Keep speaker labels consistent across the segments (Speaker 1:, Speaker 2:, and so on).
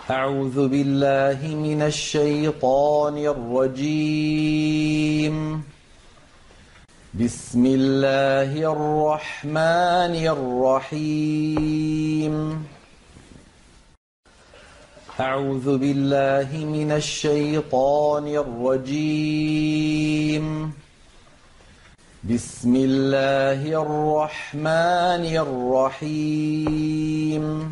Speaker 1: أعوذ بالله من الشيطان الرجيم. بسم الله الرحمن الرحيم. أعوذ بالله من الشيطان الرجيم. بسم الله الرحمن الرحيم.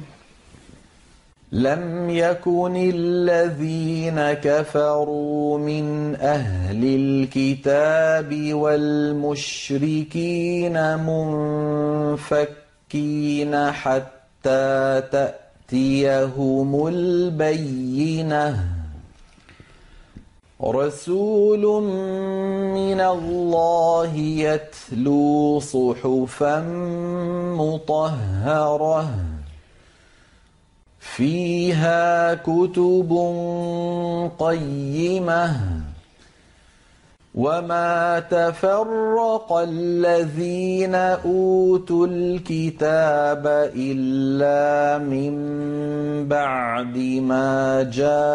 Speaker 1: لم يكن الذين كفروا من أهل الكتاب والمشركين منفكين حتى تأتيهم البينة. رسول من الله يتلو صحفا مطهرة فيها كتب قيمة. وما تفرق الذين أوتوا الكتاب إلا من بعد ما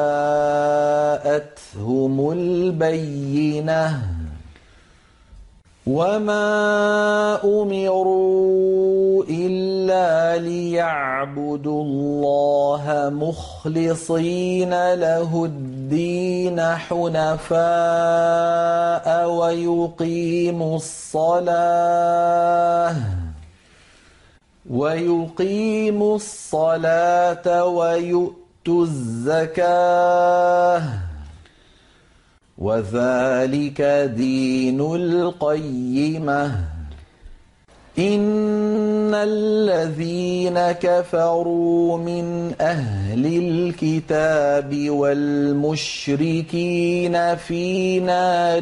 Speaker 1: جاءتهم البينة. وما أمروا إلا ليعبدوا الله مخلصين له الدين حنفاء ويقيموا الصلاة ويؤتوا الزكاة وذلك دين القيمة. إن الذين كفروا من أهل الكتاب والمشركين في نار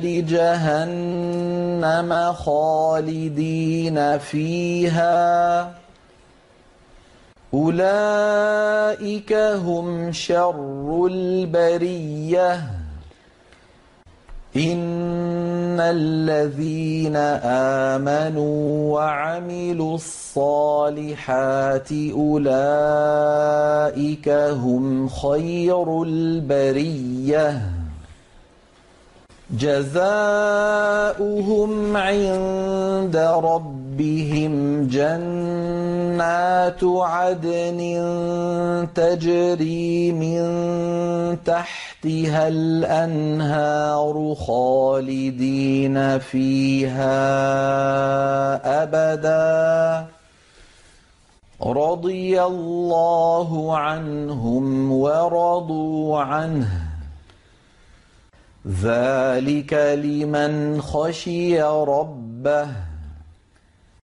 Speaker 1: جهنم خالدين فيها أولئك هم شر البرية. إن الذين آمنوا وعملوا الصالحات أولئك هم خير البرية. جزاؤهم عند ربهم جنات عدن تجري من تحتها الأنهار خالدين فيها أبدا. رضي الله عنهم ورضوا عنه. ذلك لمن خشي ربه.